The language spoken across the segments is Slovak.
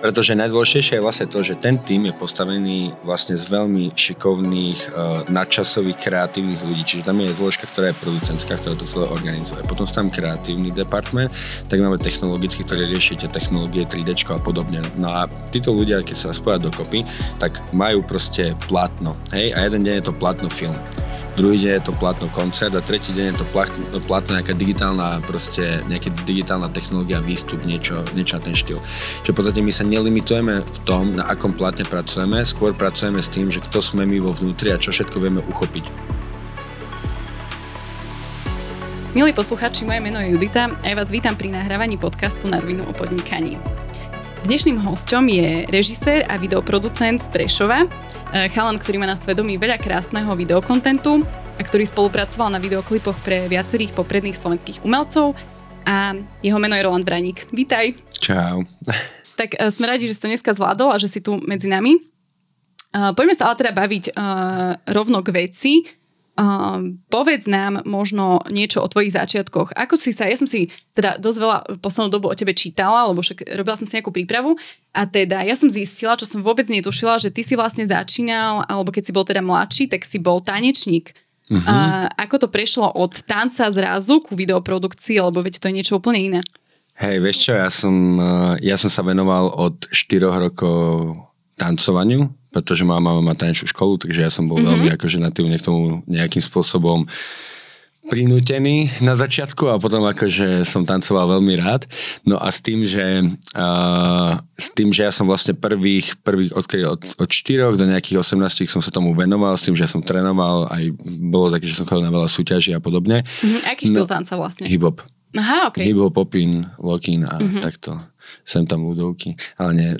Pretože najdôležitejšie je vlastne to, že ten tím je postavený vlastne z veľmi šikovných, nadčasových, kreatívnych ľudí. Čiže tam je zložka, ktorá je producentská, ktorá to celé organizuje. Potom sú tam kreatívny department, tak máme technologický, ktorý rieši tie technológie 3D a podobne. No a títo ľudia, keď sa spoja dokopy, tak majú proste plátno. Hej? A jeden deň je to plátno film. Druhý deň je to plátno koncert a tretí deň je to plátno nejaká digitálna technológia, výstup, niečo na ten štýl. Čiže v podstate my sa nelimitujeme v tom, na akom plátne pracujeme, skôr pracujeme s tým, že kto sme my vo vnútri a čo všetko vieme uchopiť. Milí poslucháči, moje meno je Judita a ja vás vítam pri nahrávaní podcastu Na rovinu o podnikaní. Dnešným hosťom je režisér a videoproducent z Prešova, chalan, ktorý má na svedomí veľa krásneho videokontentu a ktorý spolupracoval na videoklipoch pre viacerých popredných slovenských umelcov a jeho meno je Roland Braník. Vítaj. Čau. Tak sme radi, že si to dneska zvládol a že si tu medzi nami. Poďme sa ale teda baviť rovno k veci. Povedz nám možno niečo o tvojich začiatkoch. Ja som si teda dosť veľa poslednú dobu o tebe čítala, lebo však robila som si nejakú prípravu a teda ja som zistila, čo som vôbec netušila, že ty si vlastne začínal, alebo keď si bol teda mladší, tak si bol tanečník. Ako to prešlo od tanca zrazu ku videoprodukcii, lebo veď to je niečo úplne iné. Hej, vieš čo, ja som sa venoval od 4 rokov tancovaniu, pretože moja mama má tanečnú školu, takže ja som bol veľmi akože natívne k tomu nejakým spôsobom prinútený na začiatku a potom akože som tancoval veľmi rád. No a s tým, že ja som vlastne prvých od 4 do nejakých 18 som sa tomu venoval, s tým, že ja som trénoval, aj bolo také, že som chodil na veľa súťaží a podobne. Aký štýl tanca vlastne? Hip-hop. Aha, okej. Hip-hop, popín, locking a takto. Sem tam ľudovky, ale nie,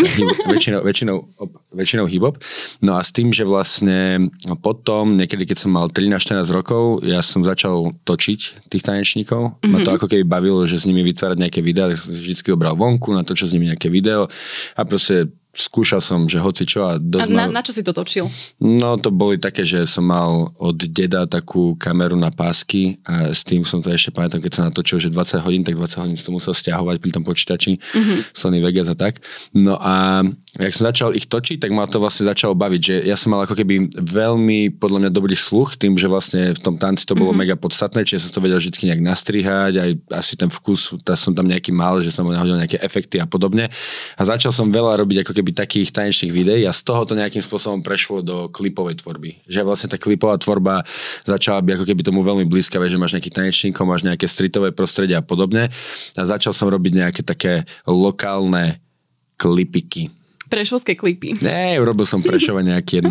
väčšinou hip-hop. No a s tým, že vlastne potom, niekedy keď som mal 13-14 rokov, ja som začal točiť tých tanečníkov. Ma to ako keby bavilo, že s nimi vytvárať nejaké videá, vždycky dobral vonku, natočil s nimi nejaké video a proste skúšal som, že hoci čo a dosť na čo si to točil? No to boli také, že som mal od deda takú kameru na pásky a s tým som to ešte pamätám, keď som natočil, že 20 hodín, tak 20 hodín som to musel stiahovať pri tom počítači, Sony Vegas a tak. No a jak som začal ich točiť, tak ma to vlastne začalo baviť, že ja som mal ako keby veľmi podľa mňa dobrý sluch, tým, že vlastne v tom tanci to bolo mega podstatné, čiže som to vedel vždy nejak nastrihať, aj asi ten vkus, som tam nejaký mal, že som nahodil nejaké efekty a podobne. A začal som veľa robiť ako keby takých tanečných videí a z toho to nejakým spôsobom prešlo do klipovej tvorby. Že vlastne tá klipová tvorba začala byť ako keby tomu veľmi blízka, že máš nejakých tanečníkov, máš nejaké streetové prostredie a podobne. A začal som robiť nejaké také lokálne klipiky. Prešovské klipy. Nie, urobil som Prešova nejaký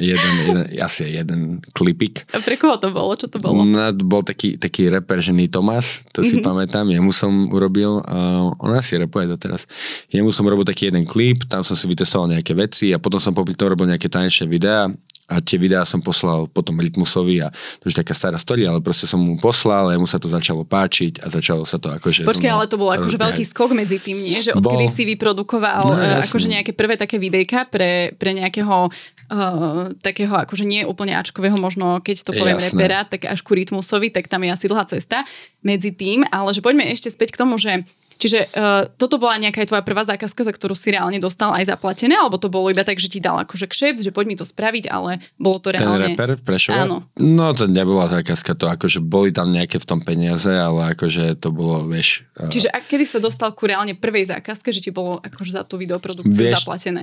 jeden klipik. A pre koho to bolo? Čo to bolo? Bol taký rapper, že Tomas, to si pamätám, jemu som urobil, on asi rapuje doteraz. Jemu som urobil taký jeden klip, tam som si vytestoval nejaké veci a potom som popri tom robil nejaké tanečné videá. A tie videá som poslal potom Rytmusovi a to je taká stará story, ale proste som mu poslal a mu sa to začalo páčiť a začalo sa to akože... Počkaj, ale to bol akože veľký skok medzi tým, nie? Že odkedy si vyprodukoval akože nejaké prvé také videjka pre nejakého takého akože nie úplne ačkového, možno keď to poviem repera, tak až ku Rytmusovi, tak tam je asi dlhá cesta medzi tým, ale že poďme ešte späť k tomu, že čiže toto bola nejaká tvoja prvá zákazka, za ktorú si reálne dostal aj zaplatené, alebo to bolo iba tak, že ti dal akože kšeft, že poď mi to spraviť, ale bolo to reálne... Ten rapper v Prešove? Áno. No to nebola zákazka, to akože boli tam nejaké v tom peniaze, ale akože to bolo, vieš... Čiže a kedy sa dostal ku reálne prvej zákazke, že ti bolo akože za tú videoprodukciu zaplatené?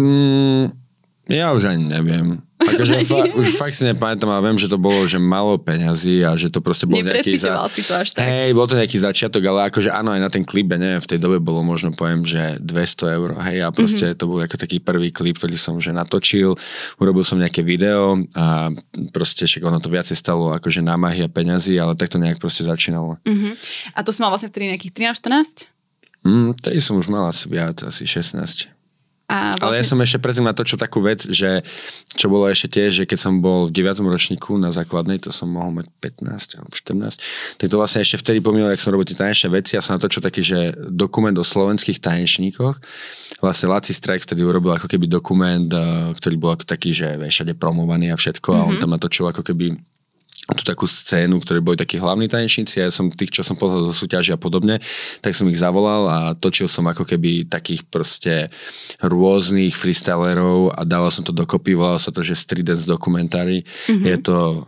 Ja už ani neviem. Akože už fakt si nepamätám, ale viem, že to bolo, že málo peňazí a že to proste bol nejaký... Neprecíťoval si to až tak. Hej, bol to nejaký začiatok, ale akože áno, aj na ten klip, neviem, v tej dobe bolo možno, poviem, že 200 eur, hej, a proste to bol ako taký prvý klip, ktorý som že natočil, urobil som nejaké video a proste však ono to viacej stalo akože námahy a peňazí, ale tak to nejak proste začínalo. A to som mal vlastne vtedy nejakých 13-14? Tedy som už mal asi viac, asi 16. Vlastne... Ale ja som ešte predtým natočil takú vec, že čo bolo ešte tiež, že keď som bol v 9. ročníku na základnej, to som mohol mať 15 alebo 14, tak to vlastne ešte vtedy pomínal, jak som robil tie tanečné veci, ja som natočil taký, že dokument o slovenských tanečníkoch. Vlastne Laci Strike vtedy urobil ako keby dokument, ktorý bol ako taký, že všade promovaný a všetko a on tam natočil ako keby tú takú scénu, ktorí boli takí hlavní tanečníci a ja som tých, čo som poznal zo súťaži a podobne, tak som ich zavolal a točil som ako keby takých proste rôznych freestylerov a dával som to dokopy, volal sa to, že Street Dance dokumentári. Je to,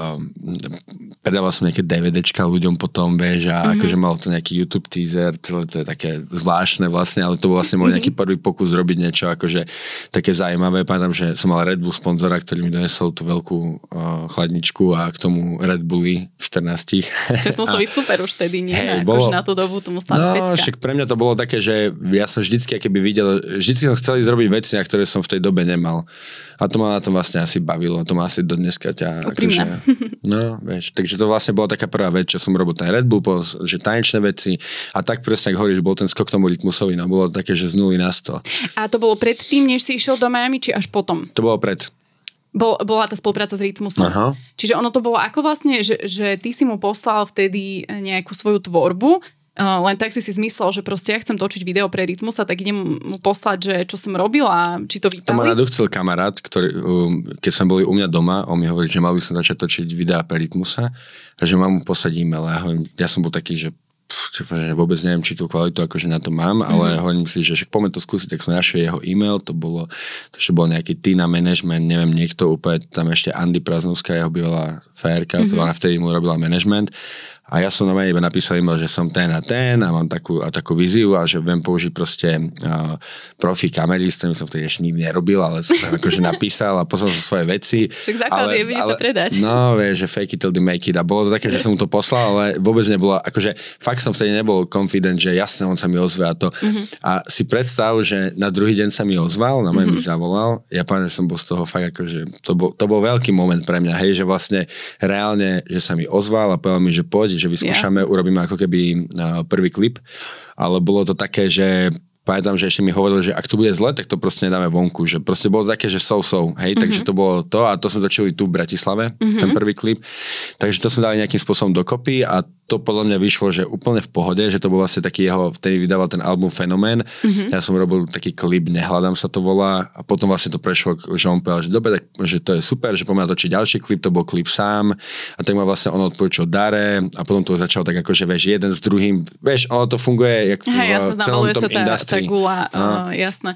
predával som nejaké DVDčka ľuďom potom, vieš, a akože mal to nejaký YouTube teaser, celé to je také zvláštne vlastne, ale to bol vlastne môj nejaký prvý pokus robiť niečo akože také zaujímavé. Pamätám, že som mal Red Bull sponzora, ktorý mi donesol tú veľkú chladničku a k tomu Red Bulli v 14. Čiže to musel byť super už tedy, nie? Hej, akože na tú dobu to musela byť pecka. Však pre mňa to bolo také, že ja som vždycky akoby videl, vždycky som chcel zrobiť veci, na ktoré som v tej dobe nemal. A to ma na tom vlastne asi bavilo, to ma asi do dneska ťa akože, no, vieš, takže to vlastne bola taká prvá vec, čo som robil ten Red Bull, že tanečné veci a tak presne, ako hovoríš, bol ten skok tomu rytmusovi, no bolo také, že z 0 na 100. A to bolo predtým, než si išiel do Miami, či až potom? To bolo pred. Bola tá spolupráca s Rytmusom. Aha. Čiže ono to bolo ako vlastne, že ty si mu poslal vtedy nejakú svoju tvorbu, len tak si zmyslel, že proste ja chcem točiť video pre Rytmusa, tak idem mu poslať, že čo som robil a či to vypali. To ma nadúchcel kamarát, ktorý, keď sme boli u mňa doma, on mi hovorí, že mal by som začať točiť videá pre Rytmusa a že mám mu poslať e-mail. Ja som bol taký, že vôbec neviem, či tú kvalitu akože na to mám, ale hovorím si, že však poďme to skúsiť, tak som našiel jeho e-mail, to bol nejaký Tina Management, neviem, niekto úplne, tam ešte Andy Praznovská, jeho bývalá férka, ona vtedy mu robila management. A ja som normálne iba napísal e-mail, že som ten a mám takú víziu a že viem použiť proste profi kamery, s ktorým som vtedy ešte nikdy nerobil, ale som tam akože napísal a poslal som svoje veci. Však základ je vidieť to predať. No, vieš, že fake it till they make it. A bolo to také, že som mu to poslal, ale vôbec nebolo, akože fakt som vtedy nebol confident, že jasne on sa mi ozve a to. A si predstav, že na druhý deň sa mi ozval, na mňa mi zavolal. Ja pamätám, že som bol z toho fakt akože, to bol veľký moment pre mňa, hej, že vlastne reálne, že sa mi ozval a povedal mi, že poď, že vyskúšame, urobíme ako keby prvý klip, ale bolo to také, že pamätám, že ešte mi hovoril, že ak to bude zle, tak to proste nedáme vonku, že proste bolo také, že hej, takže to bolo to a to sme točili tu v Bratislave, ten prvý klip, takže to sme dali nejakým spôsobom dokopy a to podľa mňa vyšlo, že úplne v pohode, že to bol vlastne taký jeho, vtedy vydával ten album Fenomén, ja som robil taký klip, Nehľadám sa to volá a potom vlastne to prešlo, že on povedal, že dobre, tak, že to je super, že poďme natočiť ďalší klip, to bol klip Sám a tak ma vlastne on odporučil Dare a potom to začal tak akože, vieš, jeden s druhým, vieš, ono to funguje jak v celom tom industrii. Gula, jasné.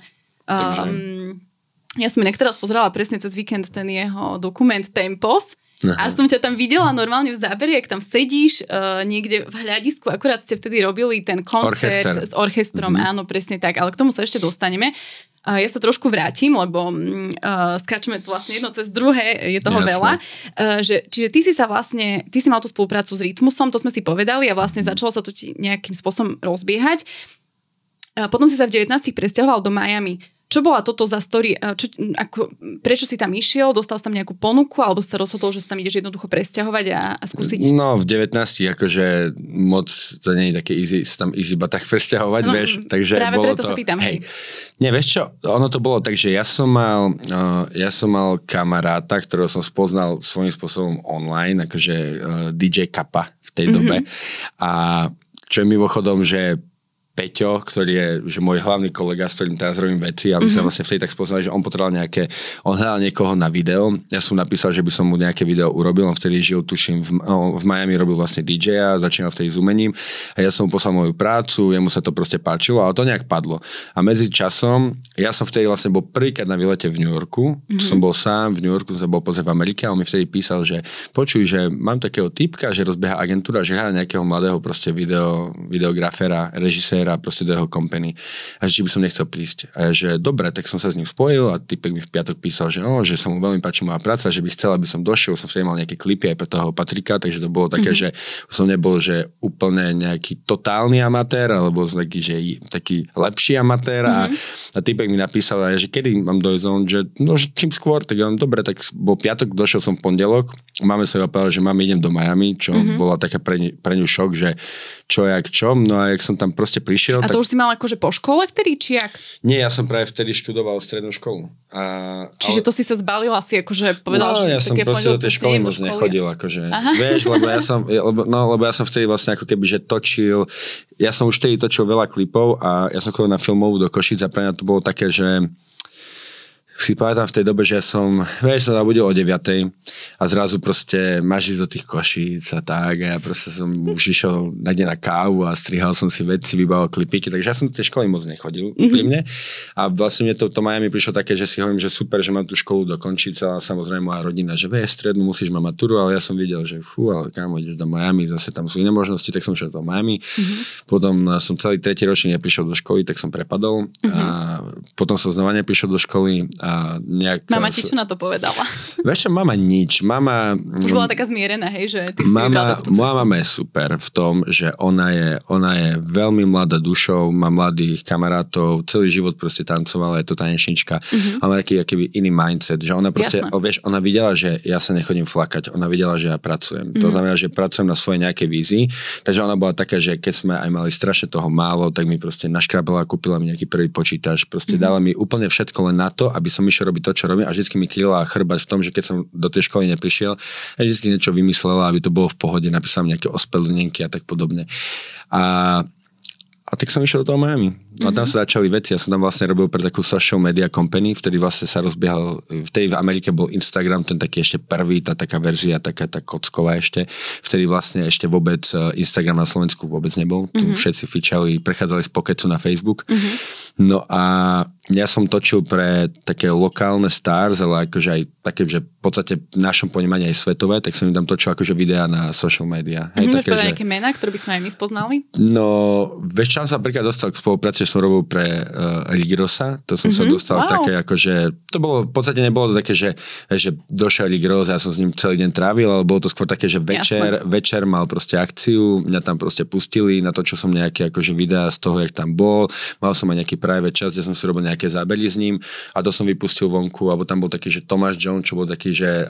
Ja som inak teraz pozerala presne cez víkend ten jeho dokument Tempos. A som ťa tam videla normálne v záberi, ak tam sedíš niekde v hľadisku, akurát ste vtedy robili ten koncert s orchestrom, áno, presne tak, ale k tomu sa ešte dostaneme. Ja sa trošku vrátim, lebo skáčeme tu vlastne jedno cez druhé, je toho veľa. Čiže ty si mal tú spoluprácu s Rytmusom, to sme si povedali a vlastne začalo sa to nejakým spôsobom rozbiehať. Potom si sa v 19 presťahoval do Miami. Čo bola toto za story? Prečo si tam išiel? Dostal si tam nejakú ponuku? Alebo si sa rozhodol, že sa tam ideš jednoducho presťahovať a skúsiť? No, v 19 akože moc to nie je také easy, sa tam easy iba tak presťahovať, vieš. Takže práve bolo preto to, sa pýtam. Hej. Nie, vieš čo? Ono to bolo tak, že ja som mal kamaráta, ktorého som spoznal svojím spôsobom online, akože DJ Kappa v tej dobe. A čo je mimochodom, že Peťo, ktorý je že môj hlavný kolega, s ktorým teraz robím veci a my sa vlastne vtedy tak spoznali, že on potreboval on hľadal niekoho na video. Ja som napísal, že by som mu nejaké video urobil, on vtedy žil, tuším, v Miami robil vlastne DJ-a, začínal vtedy s umením a ja som mu poslal moju prácu, jemu sa to proste páčilo, ale to nejak padlo. A medzi časom, ja som vtedy vlastne bol prvýkrát na výlete v New Yorku, som bol sám, v New Yorku som bol pozrieť v Amerike a on mi vtedy písal, že počuj, že mám takého typka, že rozbieha agentúra, že hľadá nejakého mladého proste videografera, režiséra a proste do jeho company. A že by som nechcel prísť. A že dobre, tak som sa s ním spojil a typek mi v piatok písal, že že sa mu veľmi páči moja práca, že by chcel, aby som došiel, som vtedy mal nejaké klipy aj pre toho Patrika, takže to bolo také, že som nebol, že úplne nejaký totálny amatér, alebo taký lepší amatér a typek mi napísal, že kedy mám dojsť, že čím skôr, tak ja dobre, tak bol piatok, došiel som v pondelok, máme sa povedal, že idem do Miami, čo bola taká pre ňu šok, že čo, no a jak som tam proste prišiel. A to už si mal akože po škole vtedy, či jak? Nie, ja som práve vtedy študoval strednú školu. Čiže to si sa zbalil asi akože povedal, že ja som proste do tej školy moc nechodil, akože, vieš, lebo ja som vtedy vlastne ako keby, že točil, ja som už vtedy točil veľa klipov a ja som chodil na filmovú do Košíc a pre mňa to bolo také, že si pamätám v tej dobe, že som nabudil o 9:00 a zrazu proste máš ísť do tých Košíc a tak a ja proste som už išiel na kávu a strihal som si veci, vybával klipíky, takže ja som do tej školy moc nechodil úprimne a vlastne mne to Miami prišlo také, že si hovorím, že super, že mám tú školu dokončiť a samozrejme moja rodina, že strednú musíš mať maturu, ale ja som videl, že ale kámo, ideš do Miami, zase tam sú iné možnosti, tak som šiel do Miami. Potom som celý 3. ročník neprišiel do školy, tak som prepadol a potom som znova neprišiel do školy. A mama ti čo na to povedala? Vieš čo, mama nič. Mama... Už bola taká zmierená, hej, že ty si vybral takúto cestu. Moja mama je super v tom, že ona je veľmi mladá dušou, má mladých kamarátov, celý život proste tancovala, je to tanečnička. A má taký akýby iný mindset, že ona proste, vieš, ona videla, že ja sa nechodím flakať, ona videla, že ja pracujem. To znamená, že pracujem na svojej nejakej vízii, takže ona bola taká, že keď sme aj mali strašne toho málo, tak mi proste naškrabala, kúpila mi nejaký prvý počítač, proste dala mi úplne všetko len na to, aby som išiel robiť to, čo robím a vždycky mi kryla chrbať v tom, že keď som do tej školy neprišiel, ja vždycky niečo vymyslela, aby to bolo v pohode, napísala mi nejaké ospravedlnenky a tak podobne. A tak som išiel do toho Miami. A tam sa začali veci. Ja som tam vlastne robil pre takú social media company, vtedy vlastne sa rozbiehal, vtedy v Amerike bol Instagram, ten taký ešte prvý, tá taká verzia, taká tá kocková ešte. Vtedy vlastne ešte vôbec Instagram na Slovensku vôbec nebol. Tu všetci fičali, prechádzali z Pokecu na Facebook. No a ja som točil pre také lokálne stars, ale akože aj také, že v podstate v našom ponímaní aj svetové, tak som im tam točil akože videá na social media. Môžeš povedať nejaké mená, ktoré by sme aj my spoznali? No, vieš, čo som napríklad dostal k spolupráci, som robil pre Rigirosa, to som sa dostal také akože, to bolo, v podstate nebolo to také, že došiel Rigiros, ja som s ním celý deň trávil, ale bolo to skôr také, že večer mal proste akciu, mňa tam proste pustili, natočil som nejaké akože videá z toho, jak tam bol, mal som aj nejaký private čas, kde som si robil nejaké zábery s ním a to som vypustil vonku, alebo tam bol taký, že Tomáš Jones, čo bol taký, že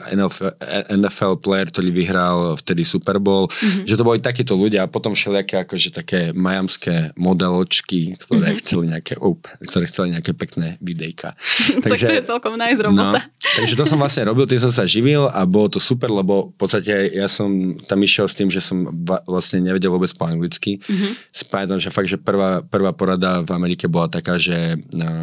NFL player, ktorý vyhral vtedy Super Bowl, že to boli takíto ľudia a potom všelijaké akože také majamské modeločky, ktoré chceli nejaké pekné videjka. Takže, tak to je celkom nice robota. Takže to som vlastne robil, tým som sa živil a bolo to super, lebo v podstate ja som tam išiel s tým, že som vlastne nevedel vôbec po anglicky. Spájam, že fakt, že prvá porada v Amerike bola taká, že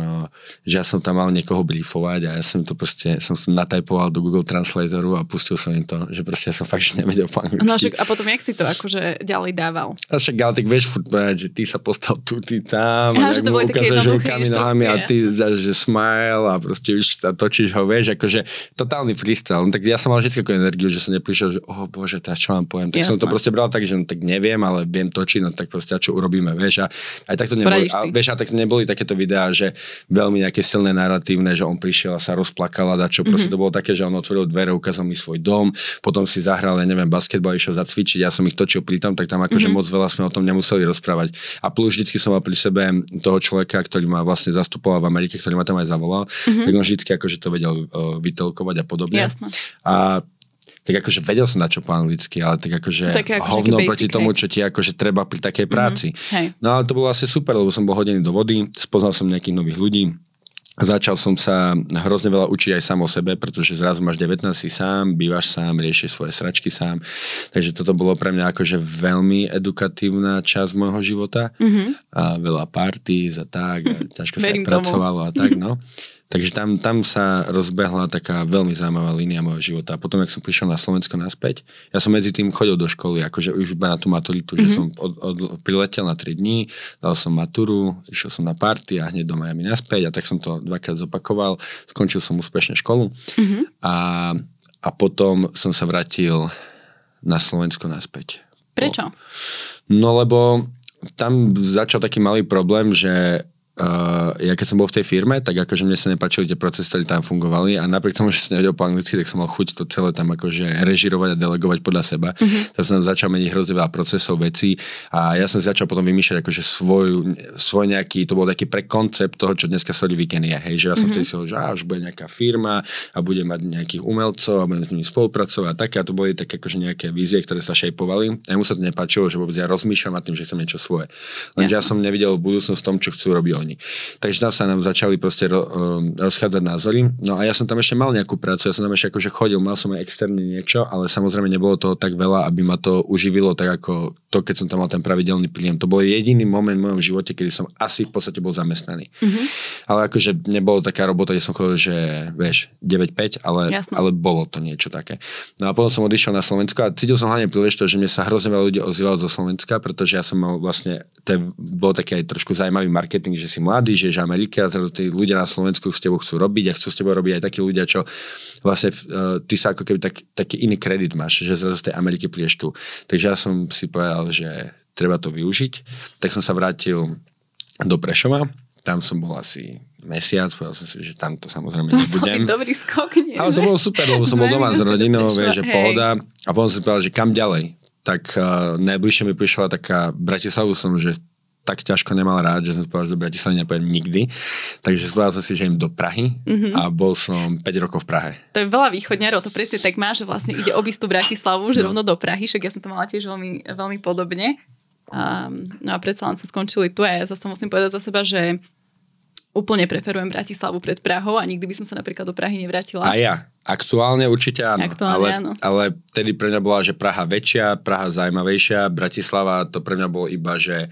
ja som tam mal niekoho briefovať a ja som to proste, som natajpoval do Google Translatoru a pustil som im to, že proste ja som fakt, že nevedel po anglicky. No a potom jak si to akože ďalej dával? A však ale tak vieš furt povedať, že ty sa postav tu, ty tam. Ja, že to boli také jednoduché nohami a ty že smile a proste už točíš ho, vieš, akože totálny freestyle. No, tak ja som mal vždy takú energiu, že som neprišiel, že bože, teraz čo vám poviem. Tak som to proste bral tak, že no, tak neviem, ale viem točiť, no tak proste čo urobíme, vieš. A aj tak to neboli, a tak neboli takéto videá, že veľmi nejaké silné narratívne, že on prišiel a sa rozplakal a čo proste to bolo také, že on otvoril dvere, ukázal mi svoj dom, potom si zahral, ja neviem, basketbal, išiel zacvičiť, ja som ich točil pri tom, tak tam akože moc veľa sme o tom nemuseli rozprávať. A plus vždycky som mal pri sebe toho človeka, ktorý ma vlastne zastupoval v Amerike, ktorý ma tam aj zavolal, tak on vždycky akože to vedel vytelkovať a podobne. Jasne. A tak akože vedel som na čo po anglicky, ale tak akože hovno proti tomu, čo ti akože treba pri takej práci. No ale to bolo asi super, lebo som bol hodený do vody, spoznal som nejakých nových ľudí. Začal som sa hrozne veľa učiť aj sám o sebe, pretože zrazu máš 19, si sám, bývaš sám, riešiš svoje sračky sám. Takže toto bolo pre mňa akože veľmi edukatívna časť môjho života. A veľa parties a tak, a ťažko sa pracovalo a tak, no. Takže tam sa rozbehla taká veľmi zaujímavá línia môjho života. A potom, jak som prišiel na Slovensko naspäť, ja som medzi tým chodil do školy, akože už iba na tú maturitu, že som priletel na 3 dní, dal som maturu, išiel som na party a hneď do Miami naspäť a tak som to 2-krát zopakoval. Skončil som úspešne školu a potom som sa vrátil na Slovensko naspäť. Prečo? No lebo tam začal taký malý problém, že ja keď som bol v tej firme, tak akože mne sa nepáčili tie procesy, ktoré tam fungovali a napriek tomu, že som nevedel po anglicky, tak som mal chuť to celé tam akože režirovať a delegovať podľa seba. Tak som začal meniť hrozne veľa procesov, vecí a ja som začal potom vymýšľať akože svoj nejaký, to bol taký prekoncept toho, čo dneska Sorry Weekend je, hej, že ja som vtedy si hovoril, že už bude nejaká firma a bude mať nejakých umelcov a budem s nimi spolupracovať a také a to boli také akože nejaké vízie, ktoré sa šejpovali. A mu sa to nepáčilo, že vôbec ja rozmýšľam nad tým, že chcem niečo svoje. Lenže ja som nevidel budúcnosť v tom, čo chcú robiť oni. oni. Takže tam sa nám začali proste rozchádzať názory. No a ja som tam ešte mal nejakú prácu, ja som tam ešte akože chodil, mal som aj externe niečo, ale samozrejme nebolo toho tak veľa, aby ma to uživilo tak ako to, keď som tam mal ten pravidelný príjem. To bol jediný moment v mojom živote, kedy som asi v podstate bol zamestnaný. Ale akože nebolo taká robota, kde som chodil, že vieš, 9-5, ale bolo to niečo také. No a potom som odišiel na Slovensko a cítil som hlavne príležitosť, že mne sa hrozne veľa ľudí ozývalo zo Slovenska, pretože ja som mal vlastne, bol taký aj trošku zaujímavý marketing, že si mladý, že žiješ v Amerike a zrazu tí ľudia na Slovensku s tebou chcú robiť a chcú s tebou robiť aj takí ľudia, čo vlastne ty sa ako keby taký iný kredit máš, že zrazu z tej Ameriky prídeš tu. Takže ja som si povedal, že treba to využiť. Tak som sa vrátil do Prešova. Tam som bol asi mesiac, povedal som si, že tam to samozrejme nebudem. To dobrý skok, nie? Ale to bolo super, lebo som bol doma s rodinou, vieš, že pohoda. A potom som si povedal, že kam ďalej. Tak najbližšie mi prišla taká Bratislavu som, že tak ťažko nemal rád, že som povedal, že do Bratislavy nepojem nikdy. Takže povedal som si, že idem do Prahy a bol som 5 rokov v Prahe. To je veľa východňarov, to presne tak má, že vlastne ide obísť tú Bratislavu, že rovno do Prahy, však ja som to mala tiež veľmi, veľmi podobne. No a predsa len sa skončili tu a ja zase musím povedať za seba, že úplne preferujem Bratislavu pred Prahou a nikdy by som sa napríklad do Prahy nevrátila. A ja. Aktuálne určite áno. Áno. Ale vtedy pre mňa bola, že Praha väčšia, Praha zaujímavejšia, Bratislava to pre mňa bolo iba, že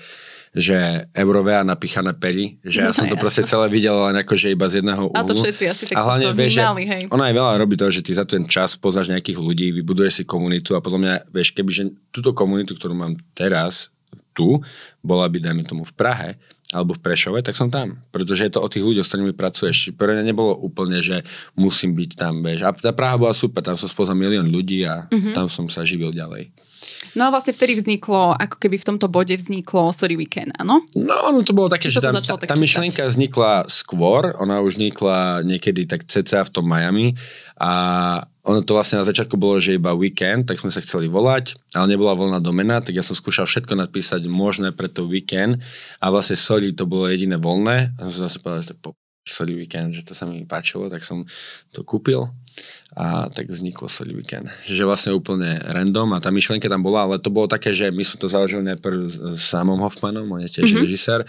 Eurovea napíchané pery, že ja som to proste celé videl len akože iba z jedného uhlu. A to všetci asi tak hlavne, to vnímali, hej. Ona aj veľa robí to, že ty za ten čas poznáš nejakých ľudí, vybuduješ si komunitu a podľa mňa, vieš, kebyže túto komunitu, ktorú mám teraz tu, bola by, dajme tomu, v Prahe, alebo v Prešove, tak som tam. Pretože je to o tých ľuďoch, s ktorými pracuješ. Pre mňa nebolo úplne, že musím byť tam, vieš. A tá Praha bola super, tam som spoznal 1 000 000 ľudí a tam som sa živil ďalej. No a vlastne vtedy vzniklo, ako keby v tomto bode vzniklo Sorry Weekend, áno? No to bolo také, že tá myšlienka vznikla skôr, ona už vznikla niekedy tak cca v tom Miami a ono to vlastne na začiatku bolo, že iba weekend, tak sme sa chceli volať, ale nebola voľná domena, tak ja som skúšal všetko napísať možné pre to weekend a vlastne Sorry to bolo jediné voľné a som zase povedal, že to Sorry Weekend, že to sa mi páčilo, tak som to kúpil a tak vzniklo Sorry Weekend. Že vlastne úplne random a tá myšlienka tam bola, ale to bolo také, že my sme to založili najprv s Samom Hoffmanom, on je tiež režisér,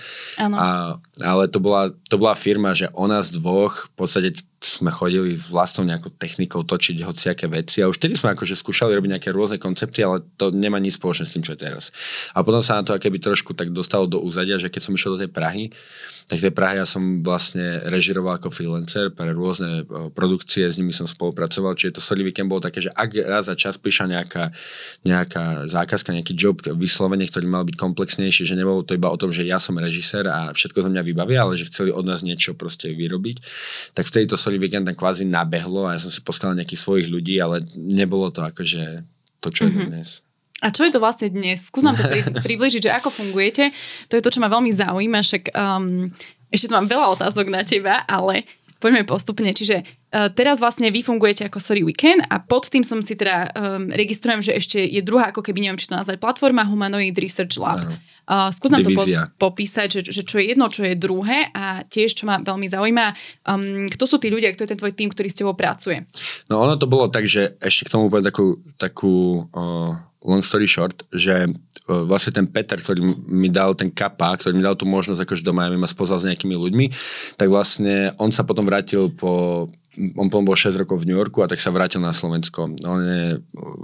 ale to bola firma, že o nás dvoch v podstate sme chodili vlastnou nejakou technikou točiť hociaké veci a už vtedy sme akože skúšali robiť nejaké rôzne koncepty, ale to nemá nič spoločné s tým, čo je teraz. A potom sa na to akéby trošku tak dostalo do úzadia, že keď som išiel do tej Prahy, tak v tej Prahe ja som vlastne režiroval ako freelancer pre rôzne produkcie, s nimi som spolupracoval, čiže to Sorry Weekend bolo také, že ak raz za čas prišla nejaká zákazka, nejaký job vyslovene, ktorý mal byť komplexnejší, že nebolo to iba o tom, že ja som režisér a všetko za mňa vybavia, ale že chceli od nás niečo proste vyrobiť, tak vtedy to Sorry Weekend tam kvázi nabehlo a ja som si poskladal nejakých svojich ľudí, ale nebolo to akože to, čo je dnes. A čo je to vlastne dnes? Skús nám to približiť, že ako fungujete. To je to, čo ma veľmi zaujíma, však ešte tu mám veľa otázok na teba, ale poďme postupne. Čiže teraz vlastne vy fungujete ako Sorry Weekend a pod tým som si teda registrujem, že ešte je druhá, ako keby neviem, či to nazvať, platforma Humanoid Research Lab. Skús nám to popísať, že čo je jedno, čo je druhé a tiež, čo ma veľmi zaujíma, kto sú tí ľudia, kto je ten tvoj tým, ktorý s tebou pracuje? No ono to bolo tak, že ešte k tomu poviem takú long story short, že vlastne ten Peter, ktorý mi dal ten kapa, ktorý mi dal tú možnosť akože do Miami ma spoznal s nejakými ľuďmi, tak vlastne on sa potom vrátil on bol 6 rokov v New Yorku a tak sa vrátil na Slovensko. On je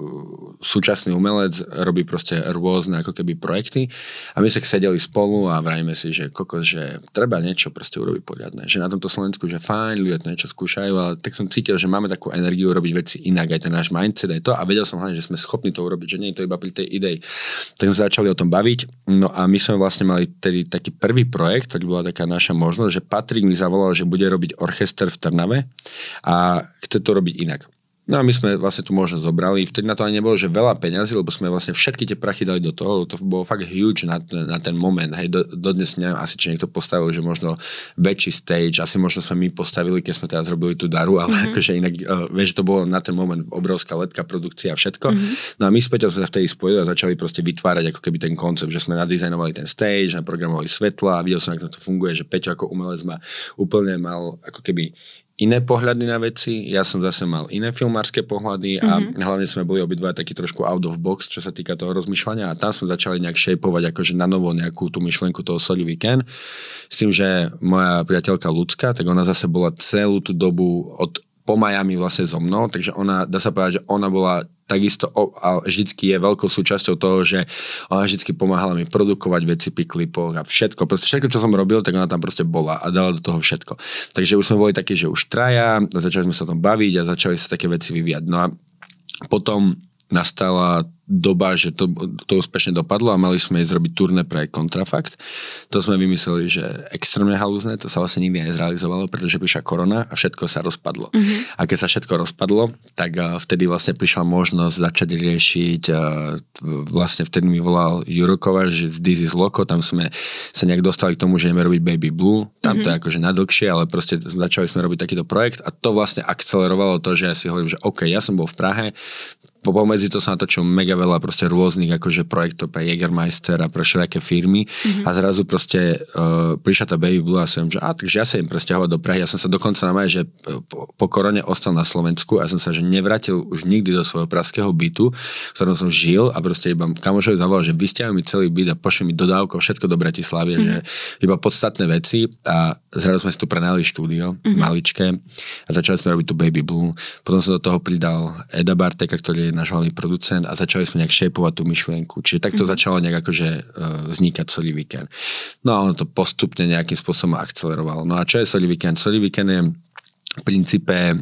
súčasný umelec, robí proste rôzne ako keby projekty a my sa sedeli spolu a vrajíme si, že že treba niečo proste urobiť poriadne. Že na tomto Slovensku, že fajn, ľudia to niečo skúšajú, ale tak som cítil, že máme takú energiu robiť veci inak, aj ten náš mindset, aj to a vedel som hlavne, že sme schopní to urobiť, že nie je to iba pri tej idei. Tak sme sa začali o tom baviť, no a my sme vlastne mali tedy taký prvý projekt, ktorý bola taká naša možnosť, že Patrik mi zavolal, že bude robiť orchester v Trnave a chce to robiť inak. No a my sme vlastne tú možnosť zobrali. Vtedy na to ani nebolo, že veľa peňazí, lebo sme vlastne všetky tie prachy dali do toho. To bolo fakt huge na ten moment. Hej, dodnes neviem asi, či niekto postavil, že možno väčší stage, asi možno sme my postavili, keď sme teraz robili tú daru, ale akože inak, vieš, to bolo na ten moment obrovská letka, produkcia a všetko. No a my s Peťom sme sa vtedy spojili a začali proste vytvárať ako keby ten koncept, že sme nadizajnovali ten stage, naprogramovali svetla a videl som, ako to funguje, že Peťo ako umelec úplne mal ako keby iné pohľady na veci, ja som zase mal iné filmárske pohľady a hlavne sme boli obidva taký trošku out of box, čo sa týka toho rozmýšľania a tam sme začali nejak shapeovať akože na novo nejakú tú myšlienku toho Solid Weekend. S tým, že moja priateľka Ľudská, tak ona zase bola celú tú dobu po Miami vlastne so mnou, takže ona, dá sa povedať, že ona bola takisto a vždycky je veľkou súčasťou toho, že ona vždycky pomáhala mi produkovať veci pri klipoch a všetko. Proste všetko, čo som robil, tak ona tam proste bola a dala do toho všetko. Takže už sme boli takí, že už traja, začali sme sa o tom baviť a začali sa také veci vyvíjať. No a potom nastala doba, že to úspešne dopadlo a mali sme ísť robiť turné pre Kontrafakt. To sme vymysleli, že extrémne halúzne, to sa vlastne nikdy nezrealizovalo, pretože prišla korona a všetko sa rozpadlo. A keď sa všetko rozpadlo, tak vtedy vlastne prišla možnosť začať riešiť, vlastne vtedy mi volal Juro Kováč, že This is Loco, tam sme sa nejak dostali k tomu, že ideme robiť Baby Blue, tam to je akože nadlhšie, ale proste začali sme robiť takýto projekt a to vlastne akcelerovalo to, že ja si hovorím, že OK, ja som bol v Prahe, pomedzi to sa natočilo mega veľa proste rôznych akože projektov pre Jägermeister a pre všelijaké firmy a zrazu proste prišla tá Baby Blue a som, že takže ja sa idem presťahovať do Prahy. Ja som sa dokonca že po korone ostal na Slovensku a som sa že nevrátil už nikdy do svojho pražského bytu, v ktorom som žil a proste iba kamošovi zavolal, že vysťahuj mi celý byt a pošli mi dodávku všetko do Bratislavy, že iba podstatné veci a zrazu sme si tu prenajali štúdio maličké a začali sme robiť tú Baby Blue. Potom som do toho pridal Eda Barteka, ktorý je náš hlavný producent a začali sme nejak shapeovať tú myšlienku. Čiže takto začalo nejak akože vznikať Solid Weekend. No a ono to postupne nejakým spôsobom akcelerovalo. No a čo je Solid Weekend? Solid Weekend je v princípe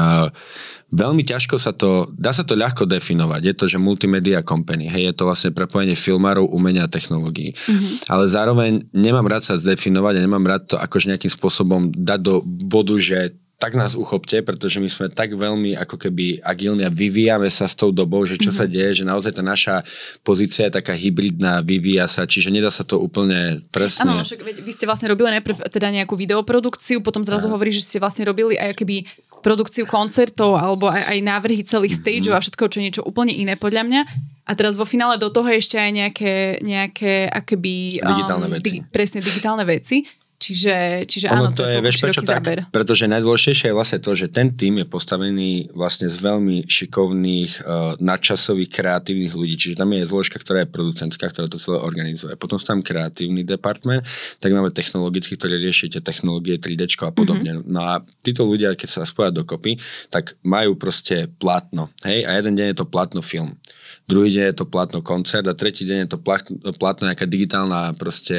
veľmi ťažko dá sa to ľahko definovať. Je to, že multimedia company. Hej, je to vlastne prepojenie filmárov, umenia a technológií. Ale zároveň nemám rád sa zdefinovať a nemám rád to akože nejakým spôsobom dať do bodu, že tak nás uchopte, pretože my sme tak veľmi ako keby agilní a vyvíjame sa s tou dobou, že čo sa deje, že naozaj tá naša pozícia je taká hybridná, vyvíja sa, čiže nedá sa to úplne presne. Áno, však vy ste vlastne robili najprv teda nejakú videoprodukciu, potom zrazu hovoríš, že ste vlastne robili aj keby produkciu koncertov alebo aj návrhy celých stageov a všetko, čo je niečo úplne iné podľa mňa. A teraz vo finále do toho ešte aj nejaké akoby digitálne veci. Presne digitálne veci. Čiže áno, to je celkom široký záber. Pretože najdôležitejšie je vlastne to, že ten tím je postavený vlastne z veľmi šikovných, nadčasových, kreatívnych ľudí. Čiže tam je zložka, ktorá je producentská, ktorá to celé organizuje. Potom sú tam kreatívny department, tak máme technologický, ktorý rieši tie technológie 3D a podobne. No a títo ľudia, keď sa spoja dokopy, tak majú proste plátno. Hej? A jeden deň je to plátno film. Druhý deň je to plátno koncert a tretí deň je to plátno nejaká digitálna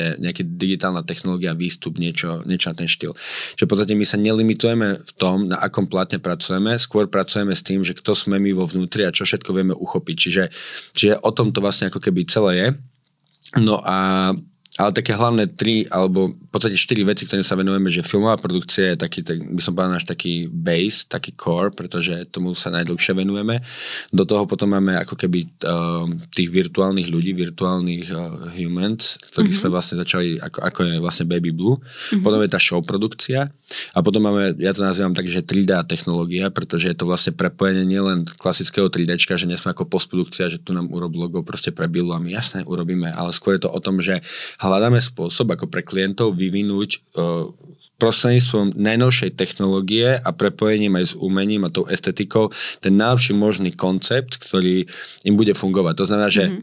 technológia, výstup, niečo na ten štýl. Čiže v podstate my sa nelimitujeme v tom, na akom plátne pracujeme, skôr pracujeme s tým, že kto sme my vo vnútri a čo všetko vieme uchopiť. Čiže o tom to vlastne ako keby celé je. No a ale také hlavné 3 alebo v podstate 4 veci, ktorým sa venujeme, že filmová produkcia je taký, by som povedal, náš taký base, taký core, pretože tomu sa najdlhšie venujeme. Do toho potom máme ako keby tých virtuálnych ľudí, virtuálnych humans, ktorých sme vlastne začali, ako je vlastne Baby Blue. Potom je tá show produkcia a potom máme, ja to nazývam tak, že 3D technológia, pretože je to vlastne prepojenie nielen klasického 3Dčka, že nie sme ako postprodukcia, že tu nám urob logo proste pre Billu a my jasne urobíme, ale skôr je to o tom, že hľadáme spôsob, ako pre klientov vyvinúť prostredníctvom najnovšej technológie a prepojením aj s umením a tou estetikou ten najlepší možný koncept, ktorý im bude fungovať. To znamená, že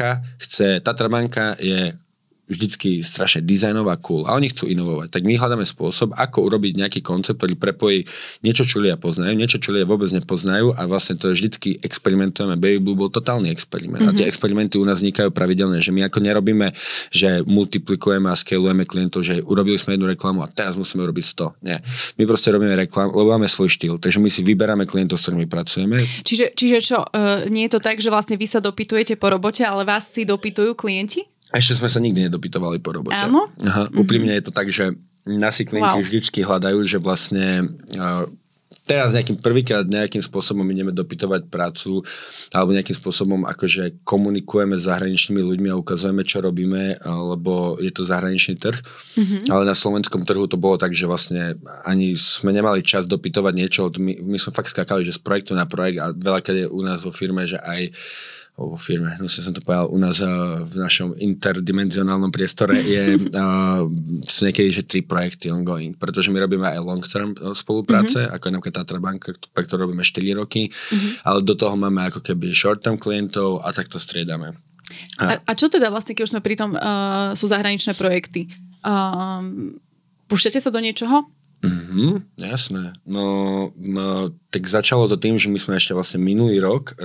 Tatra banka je vždycky strašne dizajnová, cool a oni chcú inovovať. Tak my hľadáme spôsob, ako urobiť nejaký koncept, ktorý prepojí niečo, čo ľudia poznajú, niečo, čo ľudia vôbec nepoznajú a vlastne to vždycky experimentujeme. Baby Blue bol totálny experiment. A tie experimenty u nás vznikajú pravidelne, že my ako nerobíme, že multiplikujeme a scalujeme klientov, že urobili sme jednu reklamu a teraz musíme urobiť 100. Nie. My proste robíme reklamu, lebo máme svoj štýl, takže my si vyberáme klientov, s ktorými pracujeme. Čiže čo, nie je to tak, že vlastne vy sa dopytujete po robote, ale vás si dopytujú klienti? Ešte sme sa nikdy nedopytovali po robote. Áno? Aha, úprimne je to tak, že naši klienti vždycky hľadajú, že vlastne teraz prvýkrát nejakým spôsobom ideme dopytovať prácu alebo nejakým spôsobom akože komunikujeme s zahraničnými ľuďmi a ukazujeme, čo robíme, lebo je to zahraničný trh. Ale na slovenskom trhu to bolo tak, že vlastne ani sme nemali čas dopytovať niečo. My sme fakt skákali, že z projektu na projekt a veľakrát je u nás vo firme, že aj vo firme, som to povedal, u nás v našom interdimenzionálnom priestore sú niekedy, že 3 projekty ongoing, pretože my robíme aj long-term spolupráce, ako je napríklad Tatra banka, pre ktorú robíme 4 roky, ale do toho máme ako keby short-term klientov a tak to striedame. A čo teda vlastne, keď už sme pri tom, sú zahraničné projekty? Púšťate sa do niečoho? Jasné. No, tak začalo to tým, že my sme ešte vlastne minulý rok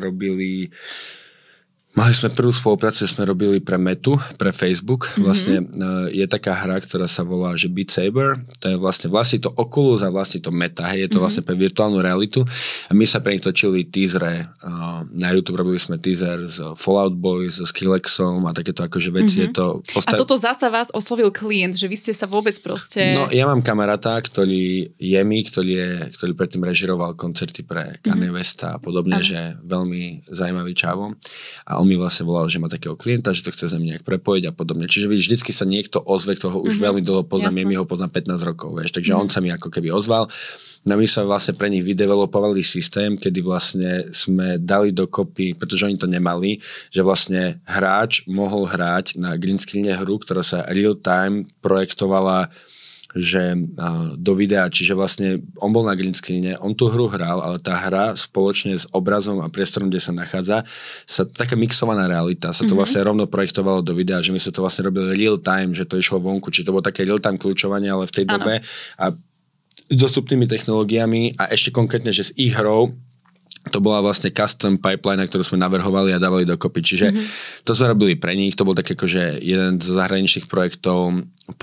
mali sme prvú spoluprácu, sme robili pre Metu, pre Facebook. Vlastne je taká hra, ktorá sa volá, že Beat Saber. To je vlastne to Oculus a vlastne to Meta. Hej, je to vlastne pre virtuálnu realitu. A my sa pre nich točili teasery. Na YouTube robili sme teaser z Fallout Boy, s Skrillexom a takéto akože veci. Je to A toto zasa vás oslovil klient, že vy ste sa vôbec proste... No, ja mám kamaráta, ktorý predtým režiroval koncerty pre Kanye Westa a podobne, že veľmi zaujímavý čavo. A on mi vlastne volal, že má takého klienta, že to chce za mňa nejak prepojiť a podobne. Čiže vidíš, vždycky sa niekto ozve, toho už veľmi dlho poznám, my ho poznám 15 rokov, vieš. Takže on sa mi ako keby ozval. No my sme vlastne pre nich vydevelopovali systém, kedy vlastne sme dali dokopy, pretože oni to nemali, že vlastne hráč mohol hrať na green screene hru, ktorá sa real time projektovala že do videa, čiže vlastne on bol na green screene, on tú hru hral, ale tá hra spoločne s obrazom a priestorom, kde sa nachádza, sa taká mixovaná realita, sa to vlastne rovno projektovalo do videa, že my sa to vlastne robili real time, že to išlo vonku, či to bolo také real time kľúčovanie, ale v tej dobe a s dostupnými technológiami a ešte konkrétne, že s ich hrou to bola vlastne custom pipeline, ktorú sme navrhovali a dávali dokopy. Čiže to sme robili pre nich, to bol tak akože jeden z zahraničných projektov.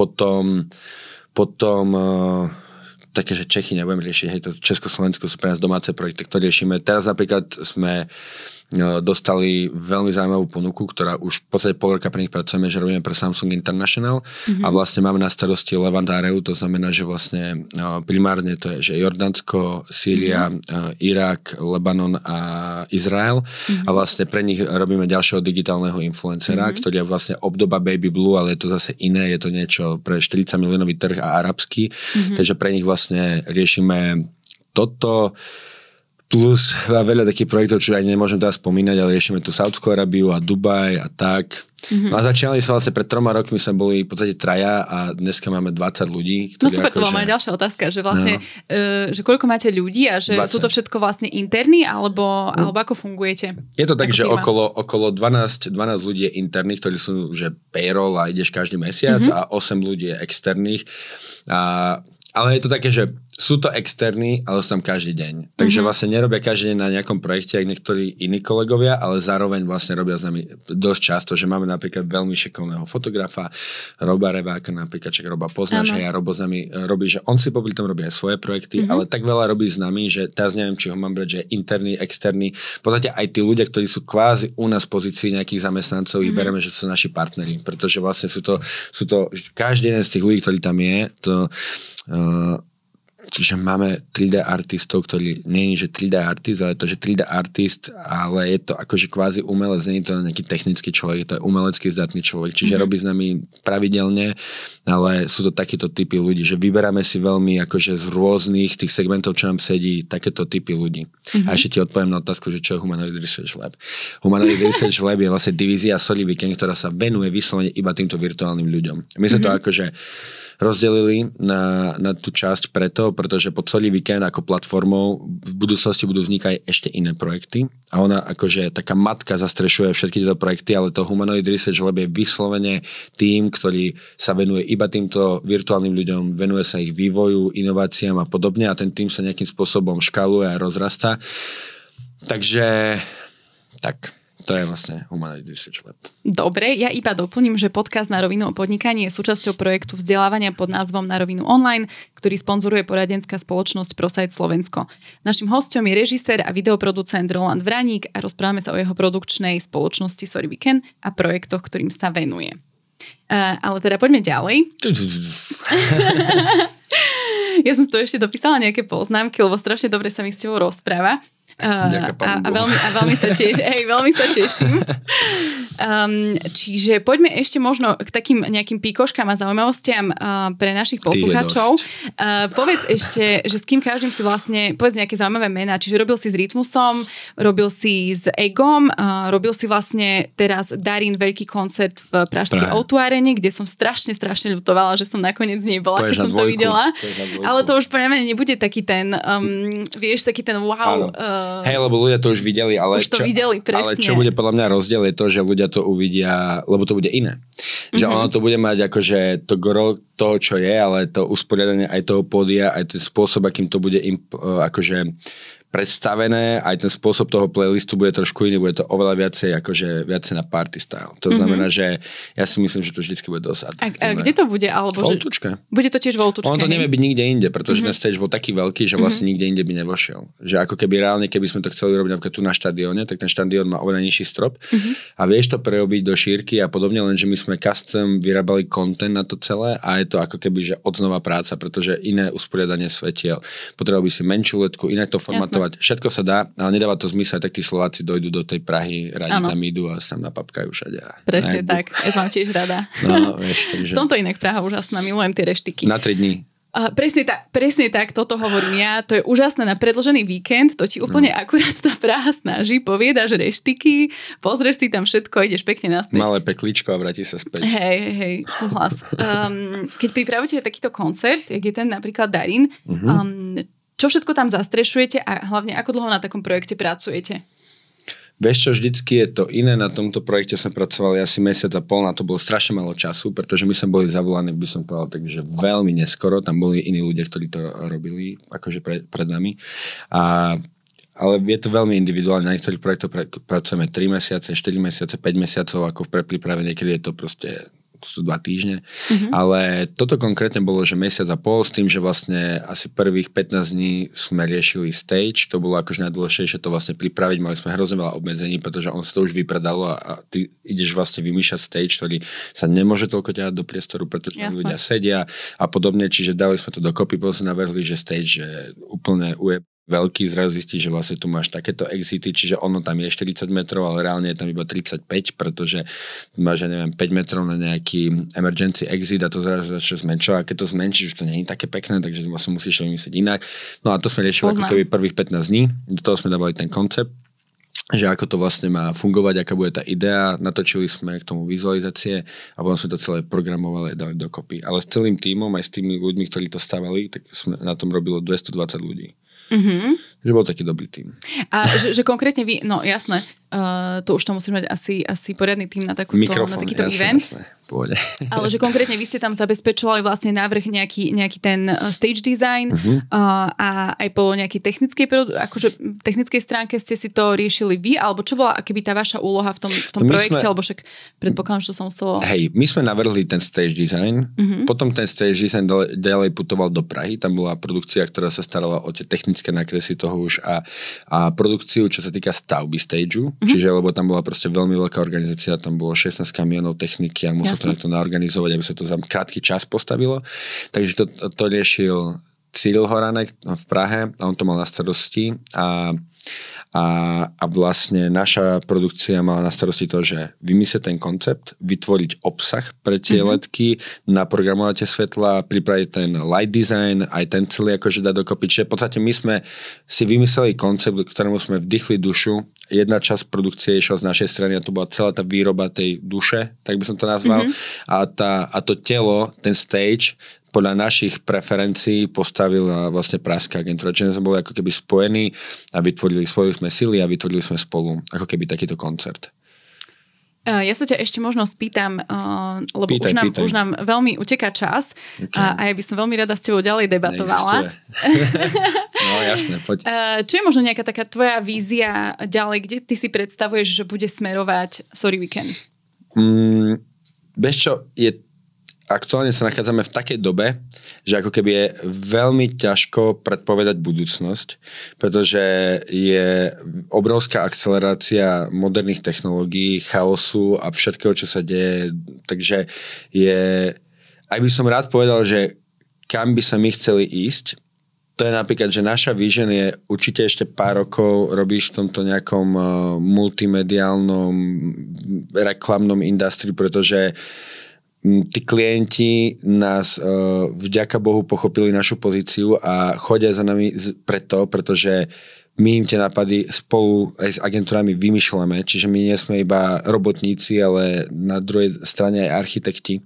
Potom také, že Čechy nebudem riešiť, hej, to Československo sú pre nás domáce projekty, ktoré riešime. Teraz napríklad sme dostali veľmi zaujímavú ponuku, ktorá už v podstate pol roka pre nich pracujeme, že robíme pre Samsung International a vlastne máme na starosti Levant Áreu, to znamená, že vlastne primárne to je, že Jordánsko, Sýria, Irak, Lebanon a Izrael a vlastne pre nich robíme ďalšieho digitálneho influencera, ktorý je vlastne obdoba Baby Blue, ale je to zase iné, je to niečo pre 40 miliónový trh a arabský, takže pre nich vlastne riešime toto. Plus veľa takých projektov, čo aj nemôžem teraz spomínať, ale riešime tu Saúdskú Arabiu a Dubaj a tak. No a začínali sa vlastne pred 3 rokmi, sme boli v podstate 3 a dneska máme 20 ľudí. No super, to bola moja ďalšia otázka, že vlastne, že koľko máte ľudí a že 20. Sú to všetko vlastne interní, alebo ako fungujete? Je to tak, že okolo 12 ľudí je interných, ktorí sú, že payroll a ideš každý mesiac a 8 ľudí je externých. Ale je to také, že sú to externí, ale sú tam každý deň. Takže vlastne nerobia každý deň na nejakom projekte, ako niektorí iní kolegovia, ale zároveň vlastne robia s nami dosť často, že máme napríklad veľmi šikovného fotografa, Roba Reváka, napríklad, čak Roba poznáš, a Robo s nami robí, že on si popri tom robí aj svoje projekty, ale tak veľa robí s nami, že teraz neviem, či ho mám brať, že je interný, externý. V podstate aj tí ľudia, ktorí sú kvázi u nás v pozícii nejakých zamestnancov, ich bereme, že sú naši partneri, pretože vlastne sú to každý jeden z tých ľudí, ktorý tam je, čiže máme 3D artistov, ktorí nie je, že 3D artist, ale to, že 3D artist, ale je to akože kvázi umelec, nie je to nejaký technický človek, to je umelecký zdatný človek, čiže robí s nami pravidelne, ale sú to takíto typy ľudí, že vyberáme si veľmi akože z rôznych tých segmentov, čo nám sedí, takéto typy ľudí. A ešte ti odpoviem na otázku, že čo je Humanoid Research Lab. Humanoid Research Lab je vlastne divízia Sorry Weekend, ktorá sa venuje vyslovene iba týmto virtuálnym ľuďom. My sa to akože rozdelili na tú časť pretože pod celý víkend ako platformou v budúcnosti budú vznikať ešte iné projekty a ona akože taká matka zastrešuje všetky tieto projekty, ale to Humanoid Research Lab je vyslovene tým, ktorý sa venuje iba týmto virtuálnym ľuďom, venuje sa ich vývoju, inováciám a podobne a ten tým sa nejakým spôsobom škáluje a rozrastá. Takže tak. To je vlastne Humanoid Research Lab. Dobre, ja iba doplním, že podcast Na rovinu o podnikaní je súčasťou projektu vzdelávania pod názvom Na rovinu online, ktorý sponzoruje poradenská spoločnosť ProSite Slovensko. Naším hosťom je režisér a videoproducent Roland Vraník a rozprávame sa o jeho produkčnej spoločnosti Sorry Weekend a projektoch, ktorým sa venuje. Ale teda poďme ďalej. Ja som si to ešte dopísala nejaké poznámky, lebo strašne dobre sa mi s tebou rozpráva. A veľmi sa teším. Čiže poďme ešte možno k takým nejakým píkoškám a zaujímavostiam pre našich poslucháčov. Povedz ešte, že s kým každým si vlastne, povedz nejaké zaujímavé mená. Čiže robil si s Rytmusom, robil si s Egom, robil si vlastne teraz Darin veľký koncert v pražskej O2 Arene, kde som strašne ľutovala, že som nakoniec nebola, keď som to videla. Ale to už pre mňa nebude taký ten, vieš, taký ten wow. Hej, lebo ľudia to už videli, ale už to videli, presne. Ale čo bude podľa mňa rozdiel je to, že ľudia to uvidia, lebo to bude iné. Že ono to bude mať akože to gro toho, čo je, ale to usporiadanie aj toho pódia, aj ten spôsob, akým to bude akože predstavené, aj ten spôsob toho playlistu bude trošku iný, bude to oveľa viacej na party style. To znamená, že ja si myslím, že to vždycky bude dosť. A kde to bude? Alebo v Oltučke. Bude to tiež v Oltučke? Ono to nevie byť nikde inde, pretože ten stage bol taký veľký, že vlastne nikde inde by nevošiel. Že ako keby reálne, keby sme to chceli robiť napríklad tu na štadióne, tak ten štadión má oveľa nižší strop a vieš to prerobiť do šírky a podobne, lenže my sme custom vyrábali content na to celé a je to ako keby, že odznova práca, pretože iné usporiadanie svetiel. Potreboval by si menšiu ledku, inak to formatovať. Všetko sa dá, ale nedáva to zmysel, tak tí Slováci dojdú do tej Prahy, radi tam idú a tam napapkajú všade. Presne tak, ja som tiež rada. No, vieš, takže... V tomto inak Praha úžasná, milujem tie reštiky. Na 3 dní. Presne tak, toto hovorím ja, to je úžasné na predĺžený víkend, to ti úplne akurát tá Praha snaží, poviedaš reštiky, pozrieš si tam všetko, ideš pekne naspäť. Malé pekličko a vráti sa späť. Hej, súhlas. Keď pripravujete takýto koncert, jak je ten napríklad Darin, čo všetko tam zastrešujete a hlavne ako dlho na takom projekte pracujete? Vieš čo, vždycky je to iné. Na tomto projekte sme pracovali asi mesiac a pol, na to bolo strašne málo času, pretože my sme boli zavolaní, by som povedal, takže veľmi neskoro. Tam boli iní ľudia, ktorí to robili akože pred nami. Ale je to veľmi individuálne. Na niektorých projektoch pracujeme 3 mesiace, 4 mesiace, 5 mesiacov, ako v príprave, niekedy je to proste 2 týždne, ale toto konkrétne bolo, že mesiac a pol s tým, že vlastne asi prvých 15 dní sme riešili stage, to bolo akože najdôležitejšie to vlastne pripraviť, mali sme hrozne veľa obmedzení, pretože on sa to už vypredalo a ty ideš vlastne vymýšľať stage, ktorý sa nemôže toľko ťahať do priestoru, pretože ľudia sedia a podobne, čiže dali sme to dokopy, potom sme navrhli, že stage je úplne veľký, zrazu zistí, že vlastne tu máš takéto exity, čiže ono tam je 40 metrov, ale reálne je tam iba 35, pretože máš, ja neviem, 5 metrov na nejaký emergency exit a to zrazu začne zmenšovať. A keď to zmenšíš, už to nie je také pekné, takže vlastne musíš to vymyslieť inak. No a to sme riešili ako keby prvých 15 dní, do toho sme dávali ten koncept, že ako to vlastne má fungovať, aká bude tá idea, natočili sme k tomu vizualizácie a potom sme to celé programovali a dali dokopy. Ale s celým tímom, aj s tými ľuďmi, ktorí to stavali, tak sme na tom robilo 220 ľudí. Že bol taký dobrý tím. A že konkrétne vy, no jasné, to už to musíš mať asi poriadny tím na takýto event. Jasné. Pôjde. Ale že konkrétne vy ste tam zabezpečovali vlastne návrh nejaký ten stage design a aj po nejakej technickej stránke ste si to riešili vy, alebo čo bola akoby tá vaša úloha v tom projekte, alebo však predpokladám, že to sa muselo... Hej, my sme navrhli ten stage design, potom ten stage design ďalej putoval do Prahy, tam bola produkcia, ktorá sa starala o tie technické nakresy toho už a produkciu, čo sa týka stavby stageu, čiže lebo tam bola proste veľmi veľká organizácia, tam bolo 16 kamionov techniky a musel to niekto naorganizovať, aby sa to za krátky čas postavilo. Takže to riešil Cyril Horanek v Prahe a on to mal na starosti a vlastne naša produkcia mala na starosti to, že vymyslieť ten koncept, vytvoriť obsah pre tie ledky, naprogramovať tie svetlá, pripraviť ten light design, aj ten celý akože dať dokopy. Čiže v podstate my sme si vymysleli koncept, ktorému sme vdychli dušu. Jedna časť produkcie išla z našej strany a to bola celá tá výroba tej duše, tak by som to nazval. A to telo, ten stage, podľa našich preferencií postavila vlastne pražská agentúra. Čiže sme boli ako keby spojení a spojili sme sily a vytvorili sme spolu ako keby takýto koncert. Ja sa ťa ešte možno spýtam, lebo Pýtaj. už nám veľmi uteká čas a ja by som veľmi rada s tebou ďalej debatovala. No jasné, poď. Čo je možno nejaká taká tvoja vízia ďalej, kde ty si predstavuješ, že bude smerovať Sorry Weekend? Vieš čo, aktuálne sa nachádzame v takej dobe, že ako keby je veľmi ťažko predpovedať budúcnosť, pretože je obrovská akcelerácia moderných technológií, chaosu a všetkého, čo sa deje. Takže aj by som rád povedal, že kam by sa my chceli ísť, to je napríklad, že naša vision je určite ešte pár rokov robíš v tomto nejakom multimediálnom reklamnom industrii, pretože tí klienti nás vďaka Bohu pochopili našu pozíciu a chodia za nami preto, pretože my im tie nápady spolu aj s agentúrami vymýšľame, čiže my nie sme iba robotníci, ale na druhej strane aj architekti.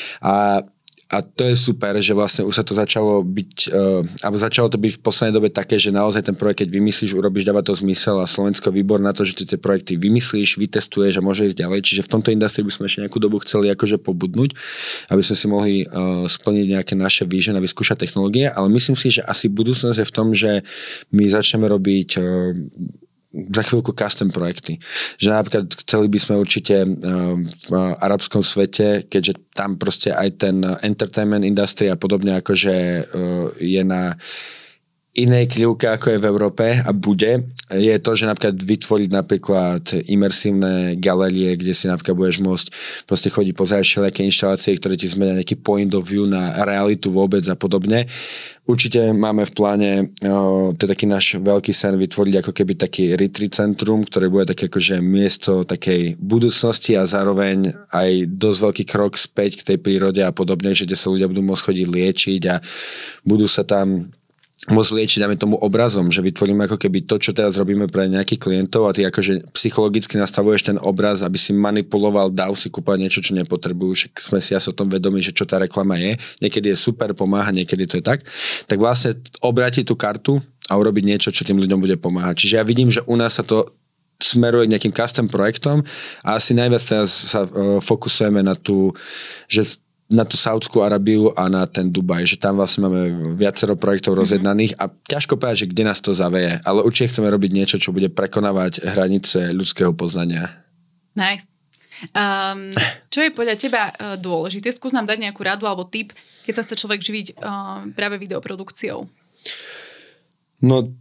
A to je super, že vlastne už sa to začalo byť, alebo začalo to byť v poslednej dobe také, že naozaj ten projekt, keď vymyslíš, urobíš, dáva to zmysel a Slovensko výbor na to, že ty tie projekty vymyslíš, vytestuješ a môže ísť ďalej. Čiže v tomto industrii by sme ešte nejakú dobu chceli akože pobudnúť, aby sme si mohli splniť nejaké naše vision a vyskúšať technológie, ale myslím si, že asi budúcnosť je v tom, že my začneme robiť za chvíľku custom projekty. Že napríklad chceli by sme určite v arabskom svete, keďže tam proste aj ten entertainment industry a podobne akože je na inej krivke, ako je v Európe a bude, je to, že napríklad vytvoriť napríklad imersívne galérie, kde si napríklad budeš môcť proste chodiť pozerať všelijaké inštalácie, ktoré ti zmenia nejaký point of view na realitu vôbec a podobne. Určite máme v pláne, to je taký náš veľký sen, vytvoriť ako keby taký retreat centrum, ktoré bude také akože miesto takej budúcnosti a zároveň aj dosť veľký krok späť k tej prírode a podobne, že kde sa ľudia budú môcť chodiť liečiť a budú sa tam môcť liečiť, dáme tomu obrazom, že vytvoríme ako keby to, čo teraz robíme pre nejakých klientov a ty akože psychologicky nastavuješ ten obraz, aby si manipuloval, dal si kúpať niečo, čo nepotrebujú, že sme si asi o tom vedomi, že čo tá reklama je. Niekedy je super, pomáha, niekedy to je tak. Tak vlastne obrátiť tú kartu a urobiť niečo, čo tým ľuďom bude pomáhať. Čiže ja vidím, že u nás sa to smeruje k nejakým custom projektom a asi najviac teraz sa fokusujeme na tú, že na tú Saúdskú Arabiu a na ten Dubaj, že tam vlastne máme viacero projektov rozjednaných a ťažko povedať, že kde nás to zaveje, ale určite chceme robiť niečo, čo bude prekonávať hranice ľudského poznania. Nice. Čo je podľa teba dôležité? Skús nám dať nejakú radu alebo tip, keď sa chce človek živiť práve videoprodukciou. No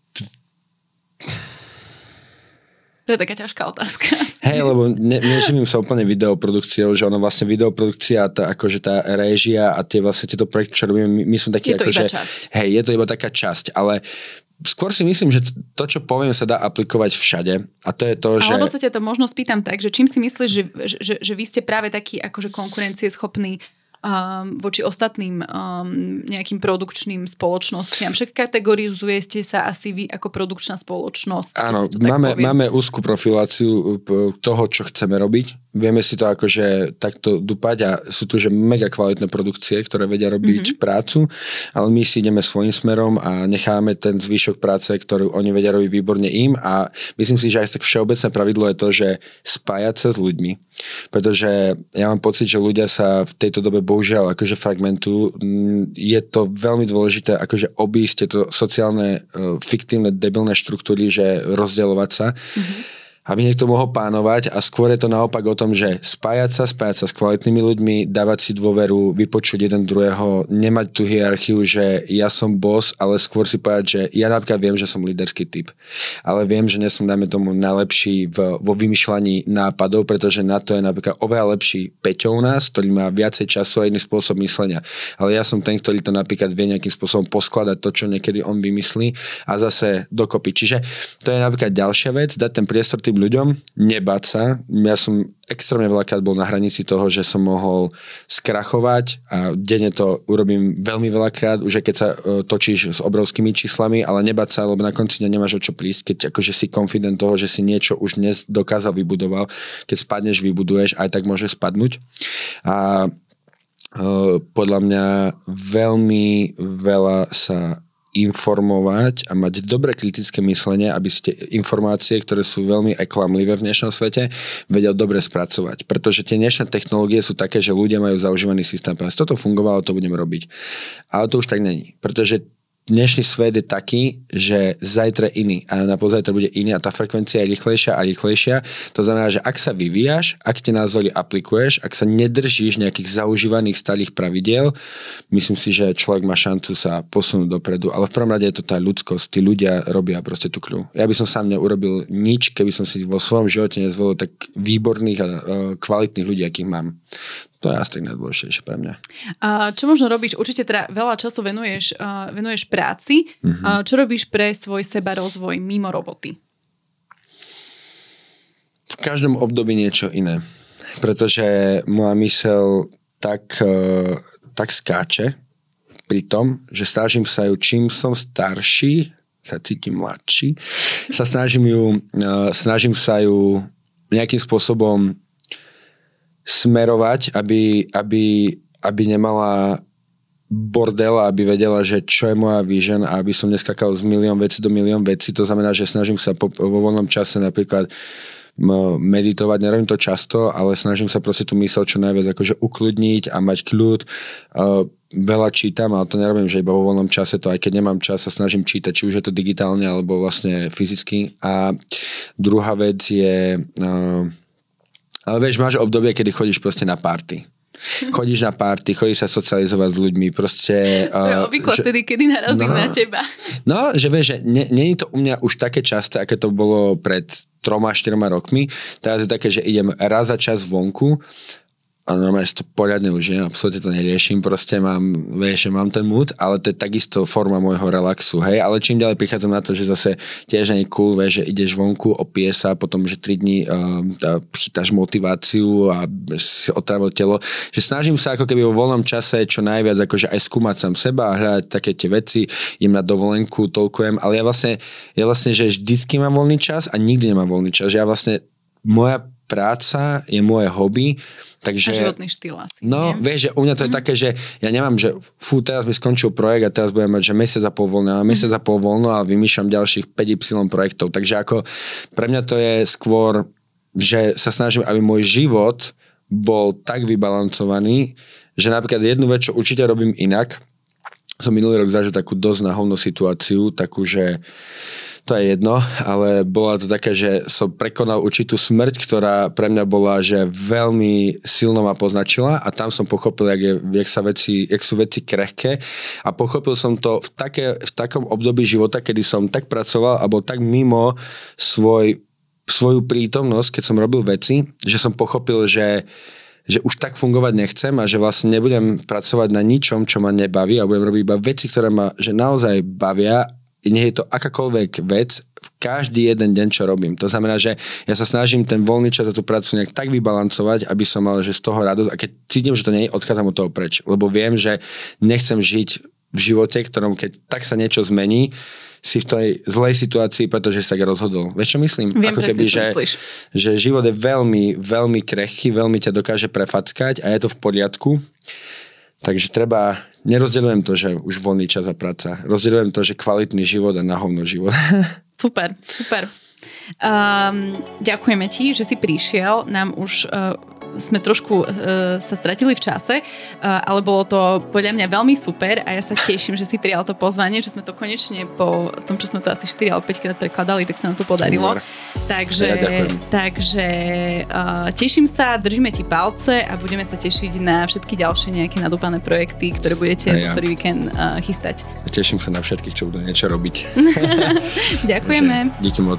to je taká ťažká otázka. Hej, lebo neživím sa úplne videoprodukciou, že ono vlastne videoprodukcia, akože tá réžia a tie vlastne tieto projekty, čo robíme, my sme takí je to akože... iba časť. Hej, je to iba taká časť, ale skôr si myslím, že to, čo poviem, sa dá aplikovať všade. A to je to, že... Alebo sa ťa to možno spýtam tak, že čím si myslíš, že vy ste práve takí akože konkurencieschopní voči ostatným nejakým produkčným spoločnostiam. Však kategorizujete sa asi vy ako produkčná spoločnosť. Áno, máme úzkú profiláciu toho, čo chceme robiť. Vieme si to akože takto dupať a sú tu že mega kvalitné produkcie, ktoré vedia robiť prácu, ale my si ideme svojím smerom a necháme ten zvyšok práce, ktorú oni vedia robiť výborne im a myslím si, že aj tak všeobecné pravidlo je to, že spájať sa s ľuďmi. Pretože ja mám pocit, že ľudia sa v tejto dobe bohužiaľ akože fragmentujú. Je to veľmi dôležité akože obísť tieto sociálne fiktívne debilné štruktúry, že rozdeľovať sa. Aby niekto mohol pánovať a skôr je to naopak o tom, že spájať sa s kvalitnými ľuďmi, dávať si dôveru, vypočuť jeden druhého, nemať tú hierarchiu, že ja som boss, ale skôr si povedať, že ja napríklad viem, že som líderský typ, ale viem, že nie som, dajme tomu, najlepší vo vymýšľaní nápadov, pretože na to je napríklad oveľa lepší Peťo u nás, ktorý má viacej času a iný spôsob myslenia. Ale ja som ten, ktorý to napríklad vie nejakým spôsobom poskladať to, čo niekedy on vymyslí a zase dokopy. Čiže to je napríklad ďalšia vec, dať ten priestor tým ľuďom, nebáť sa. Ja som extrémne veľakrát bol na hranici toho, že som mohol skrachovať a denne to urobím veľmi veľakrát, už aj keď sa točíš s obrovskými číslami, ale nebáť sa, lebo na konci dňa nemáš o čo prísť, keď akože si confident toho, že si niečo už dnes dokázal, vybudoval. Keď spadneš, vybuduješ, aj tak môže spadnúť. A podľa mňa veľmi veľa sa informovať a mať dobré kritické myslenie, aby ste informácie, ktoré sú veľmi aj klamlivé v dnešnom svete, vedel dobre spracovať. Pretože tie dnešné technológie sú také, že ľudia majú zaužívaný systém. Toto fungovalo, to budeme robiť. Ale to už tak není. Pretože dnešný svet je taký, že zajtra iný a na pozajtra bude iný a tá frekvencia je rýchlejšia a rýchlejšia. To znamená, že ak sa vyvíjaš, ak tie názory aplikuješ, ak sa nedržíš nejakých zaužívaných starých pravidiel, myslím si, že človek má šancu sa posunúť dopredu. Ale v prvom rade je to tá ľudskosť. Tí ľudia robia proste tú kľú. Ja by som sám neurobil nič, keby som si vo svojom živote nezvolil tak výborných a kvalitných ľudí, akých mám. To je asi najdôležitejšie pre mňa. Čo možno robíš? Určite teda veľa času venuješ práci. Čo robíš pre svoj sebarozvoj mimo roboty? V každom období niečo iné. Pretože moja myseľ tak skáče pri tom, že snažím sa ju, čím som starší, sa cítim mladší, snažím sa ju nejakým spôsobom smerovať, aby nemala bordel, aby vedela, že čo je moja vision a aby som neskakal z milión vecí do milión vecí. To znamená, že snažím sa vo voľnom čase napríklad meditovať, nerobím to často, ale snažím sa proste tú myseľ čo najviac akože ukludniť a mať kľud. Veľa čítam, ale to nerobím, že iba vo voľnom čase, to aj keď nemám čas sa snažím čítať, či už je to digitálne alebo vlastne fyzicky. A druhá vec je ale vieš, máš obdobie, kedy chodíš proste na party. Chodíš na party, chodíš sa socializovať s ľuďmi, proste... To je obvykle vtedy, kedy narazím na teba. No, že vieš, že nie je to u mňa už také časté, aké to bolo pred 3-4 rokmi. Teraz je také, že idem raz za čas vonku a normálne si to poriadne užijem, absolútne to neriešim, proste mám ten mood, ale to je takisto forma môjho relaxu, hej, ale čím ďalej prichádzam na to, že zase tiež nie je cool, vieš, že ideš vonku, opiješ sa, potom, že 3 dní chytáš motiváciu a si otravil telo, že snažím sa ako keby vo voľnom čase čo najviac akože aj skúmať sám seba a hľadať také tie veci, idem na dovolenku, toľkujem, ale ja vlastne, že vždycky mám voľný čas a nikdy nemám voľný čas, že ja vlastne moja práca je moje hobby, takže... A životný štýl asi. No, nie? Vieš, že u mňa to je také, že ja nemám, že teraz mi skončil projekt a teraz budem mať, že mesiac a pol voľno a vymýšľam ďalších 5Y projektov. Takže ako pre mňa to je skôr, že sa snažím, aby môj život bol tak vybalancovaný, že napríklad jednu vec, čo určite robím inak, som minulý rok zažil takú dosť náhovnú situáciu, takú, že to je jedno, ale bola to taká, že som prekonal určitú smrť, ktorá pre mňa bola, že veľmi silno ma poznačila a tam som pochopil, jak sú veci krehké a pochopil som to v takom období života, kedy som tak pracoval a bol tak mimo svoju prítomnosť, keď som robil veci, že som pochopil, že už tak fungovať nechcem a že vlastne nebudem pracovať na ničom, čo ma nebaví a budem robiť iba veci, ktoré ma že naozaj bavia. Nie je to akákoľvek vec v každý jeden deň, čo robím. To znamená, že ja sa snažím ten voľný čas a tú prácu nejak tak vybalancovať, aby som mal že z toho radosť a keď cítim, že to nie je, odchádzam od toho preč. Lebo viem, že nechcem žiť v živote, ktorom keď tak sa niečo zmení, si v tej zlej situácii, pretože si tak rozhodol. Vieš, čo myslím? Viem ako keby, že život je veľmi, veľmi krehký, veľmi ťa dokáže prefackať a je to v poriadku. Takže nerozdeľujem to, že už voľný čas a práca. Rozdeľujem to, že kvalitný život a na hovno život. Super. Ďakujeme ti, že si prišiel. Nám už sme trošku sa stratili v čase, ale bolo to podľa mňa veľmi super a ja sa teším, že si prijal to pozvanie, že sme to konečne po tom, čo sme to asi 4 alebo 5 krát prekladali, tak sa nám to podarilo. Takže teším sa, držíme ti palce a budeme sa tešiť na všetky ďalšie nejaké nadúpané projekty, ktoré budete za Sorry Weekend chystať. Teším sa na všetkých, čo budú niečo robiť. Ďakujeme. Díky moc.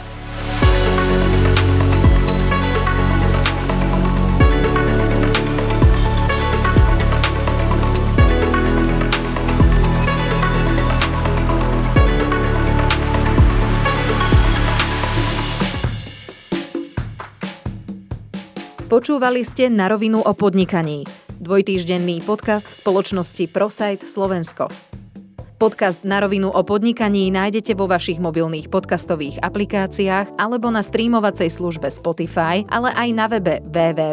Počúvali ste Na rovinu o podnikaní. Dvojtýždenný podcast spoločnosti ProSite Slovensko. Podcast Na rovinu o podnikaní nájdete vo vašich mobilných podcastových aplikáciách alebo na streamovacej službe Spotify, ale aj na webe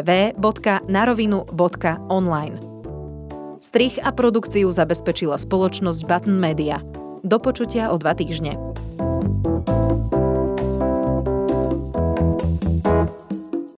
www.narovinu.online. Strih a produkciu zabezpečila spoločnosť Button Media. Do počutia o 2 týždne.